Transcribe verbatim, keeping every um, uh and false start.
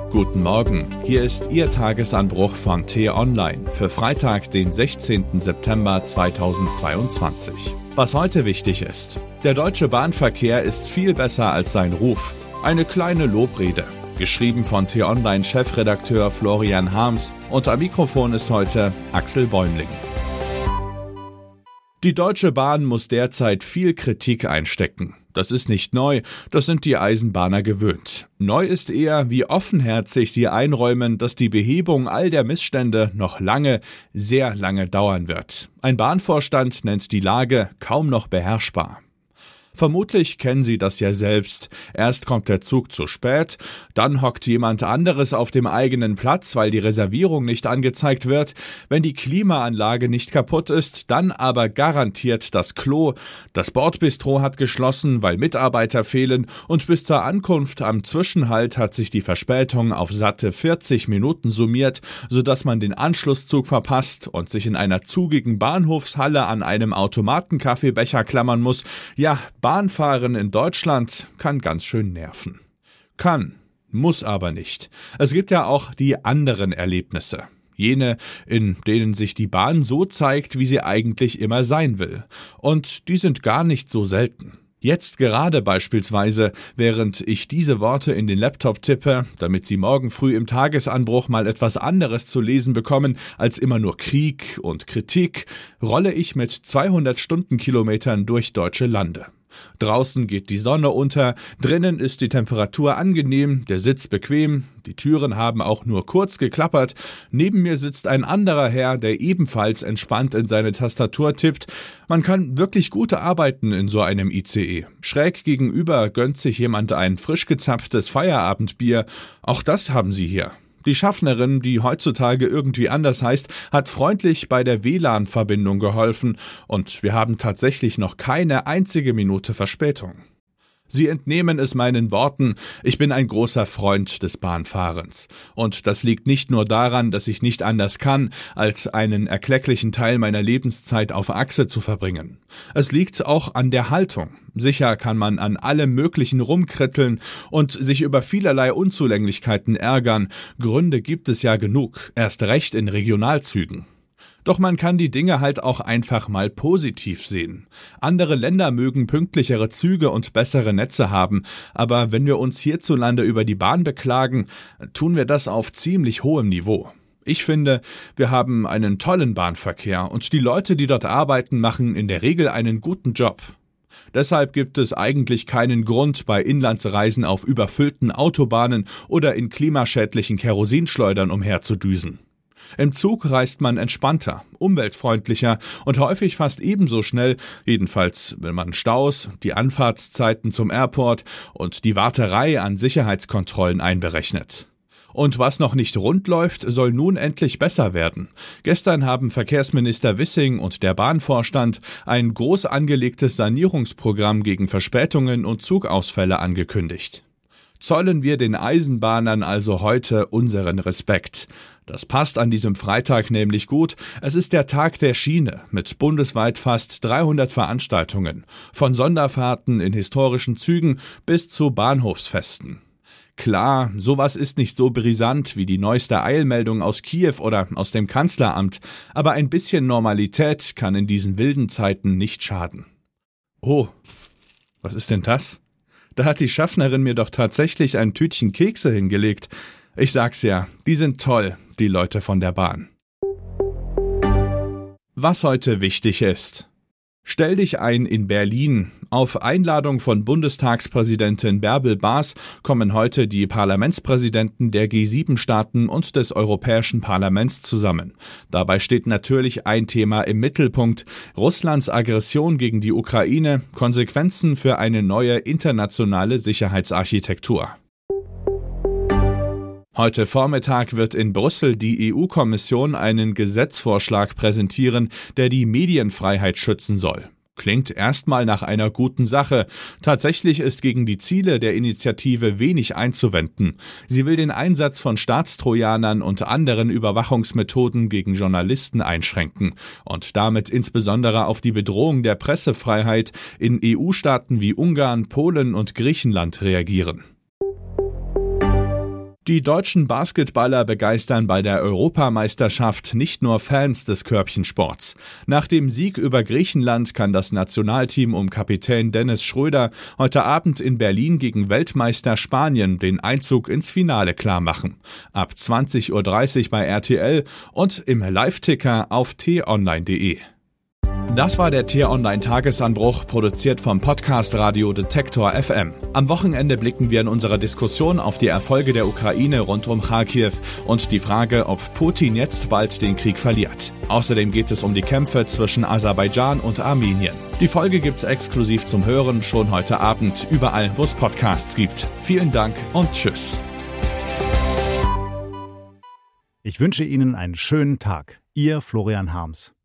Guten Morgen, hier ist Ihr Tagesanbruch von T-Online für Freitag, den sechzehnten September zweitausendzweiundzwanzig. Was heute wichtig ist: Der deutsche Bahnverkehr ist viel besser als sein Ruf. Eine kleine Lobrede. Geschrieben von T-Online-Chefredakteur Florian Harms, und am Mikrofon ist heute Axel Bäumling. Die Deutsche Bahn muss derzeit viel Kritik einstecken. Das ist nicht neu, das sind die Eisenbahner gewöhnt. Neu ist eher, wie offenherzig sie einräumen, dass die Behebung all der Missstände noch lange, sehr lange dauern wird. Ein Bahnvorstand nennt die Lage kaum noch beherrschbar. Vermutlich kennen Sie das ja selbst. Erst kommt der Zug zu spät, dann hockt jemand anderes auf dem eigenen Platz, weil die Reservierung nicht angezeigt wird. Wenn die Klimaanlage nicht kaputt ist, dann aber garantiert das Klo. Das Bordbistro hat geschlossen, weil Mitarbeiter fehlen, und bis zur Ankunft am Zwischenhalt hat sich die Verspätung auf satte vierzig Minuten summiert, sodass man den Anschlusszug verpasst und sich in einer zugigen Bahnhofshalle an einem Automatenkaffeebecher klammern muss. Ja, Bahnfahren in Deutschland kann ganz schön nerven. Kann, muss aber nicht. Es gibt ja auch die anderen Erlebnisse. Jene, in denen sich die Bahn so zeigt, wie sie eigentlich immer sein will. Und die sind gar nicht so selten. Jetzt gerade beispielsweise, während ich diese Worte in den Laptop tippe, damit Sie morgen früh im Tagesanbruch mal etwas anderes zu lesen bekommen als immer nur Krieg und Kritik, rolle ich mit zweihundert Stundenkilometern durch deutsche Lande. Draußen geht die Sonne unter, drinnen ist die Temperatur angenehm, der Sitz bequem, die Türen haben auch nur kurz geklappert, neben mir sitzt ein anderer Herr, der ebenfalls entspannt in seine Tastatur tippt. Man kann wirklich gut arbeiten in so einem I C E. Schräg gegenüber gönnt sich jemand ein frisch gezapftes Feierabendbier, auch das haben Sie hier. Die Schaffnerin, die heutzutage irgendwie anders heißt, hat freundlich bei der W L A N-Verbindung geholfen, und wir haben tatsächlich noch keine einzige Minute Verspätung. Sie entnehmen es meinen Worten, ich bin ein großer Freund des Bahnfahrens. Und das liegt nicht nur daran, dass ich nicht anders kann, als einen erklecklichen Teil meiner Lebenszeit auf Achse zu verbringen. Es liegt auch an der Haltung. Sicher kann man an allem Möglichen rumkritteln und sich über vielerlei Unzulänglichkeiten ärgern. Gründe gibt es ja genug, erst recht in Regionalzügen. Doch man kann die Dinge halt auch einfach mal positiv sehen. Andere Länder mögen pünktlichere Züge und bessere Netze haben, aber wenn wir uns hierzulande über die Bahn beklagen, tun wir das auf ziemlich hohem Niveau. Ich finde, wir haben einen tollen Bahnverkehr und die Leute, die dort arbeiten, machen in der Regel einen guten Job. Deshalb gibt es eigentlich keinen Grund, bei Inlandsreisen auf überfüllten Autobahnen oder in klimaschädlichen Kerosinschleudern umherzudüsen. Im Zug reist man entspannter, umweltfreundlicher und häufig fast ebenso schnell, jedenfalls wenn man Staus, die Anfahrtszeiten zum Airport und die Warterei an Sicherheitskontrollen einberechnet. Und was noch nicht rund läuft, soll nun endlich besser werden. Gestern haben Verkehrsminister Wissing und der Bahnvorstand ein groß angelegtes Sanierungsprogramm gegen Verspätungen und Zugausfälle angekündigt. Zollen wir den Eisenbahnern also heute unseren Respekt. Das passt an diesem Freitag nämlich gut. Es ist der Tag der Schiene mit bundesweit fast dreihundert Veranstaltungen, von Sonderfahrten in historischen Zügen bis zu Bahnhofsfesten. Klar, sowas ist nicht so brisant wie die neueste Eilmeldung aus Kiew oder aus dem Kanzleramt, aber ein bisschen Normalität kann in diesen wilden Zeiten nicht schaden. Oh, was ist denn das? Da hat die Schaffnerin mir doch tatsächlich ein Tütchen Kekse hingelegt. Ich sag's ja, die sind toll, die Leute von der Bahn. Was heute wichtig ist: Stell dich ein in Berlin. Auf Einladung von Bundestagspräsidentin Bärbel Baas kommen heute die Parlamentspräsidenten der G sieben Staaten und des Europäischen Parlaments zusammen. Dabei steht natürlich ein Thema im Mittelpunkt: Russlands Aggression gegen die Ukraine, Konsequenzen für eine neue internationale Sicherheitsarchitektur. Heute Vormittag wird in Brüssel die E U-Kommission einen Gesetzvorschlag präsentieren, der die Medienfreiheit schützen soll. Klingt erstmal nach einer guten Sache. Tatsächlich ist gegen die Ziele der Initiative wenig einzuwenden. Sie will den Einsatz von Staatstrojanern und anderen Überwachungsmethoden gegen Journalisten einschränken und damit insbesondere auf die Bedrohung der Pressefreiheit in E U-Staaten wie Ungarn, Polen und Griechenland reagieren. Die deutschen Basketballer begeistern bei der Europameisterschaft nicht nur Fans des Körbchensports. Nach dem Sieg über Griechenland kann das Nationalteam um Kapitän Dennis Schröder heute Abend in Berlin gegen Weltmeister Spanien den Einzug ins Finale klarmachen. Ab zwanzig Uhr dreißig bei R T L und im Live-Ticker auf t online punkt de. Das war der T-Online-Tagesanbruch, produziert vom Podcast Radio Detektor F M. Am Wochenende blicken wir in unserer Diskussion auf die Erfolge der Ukraine rund um Charkiw und die Frage, ob Putin jetzt bald den Krieg verliert. Außerdem geht es um die Kämpfe zwischen Aserbaidschan und Armenien. Die Folge gibt's exklusiv zum Hören schon heute Abend, überall wo es Podcasts gibt. Vielen Dank und tschüss. Ich wünsche Ihnen einen schönen Tag. Ihr Florian Harms.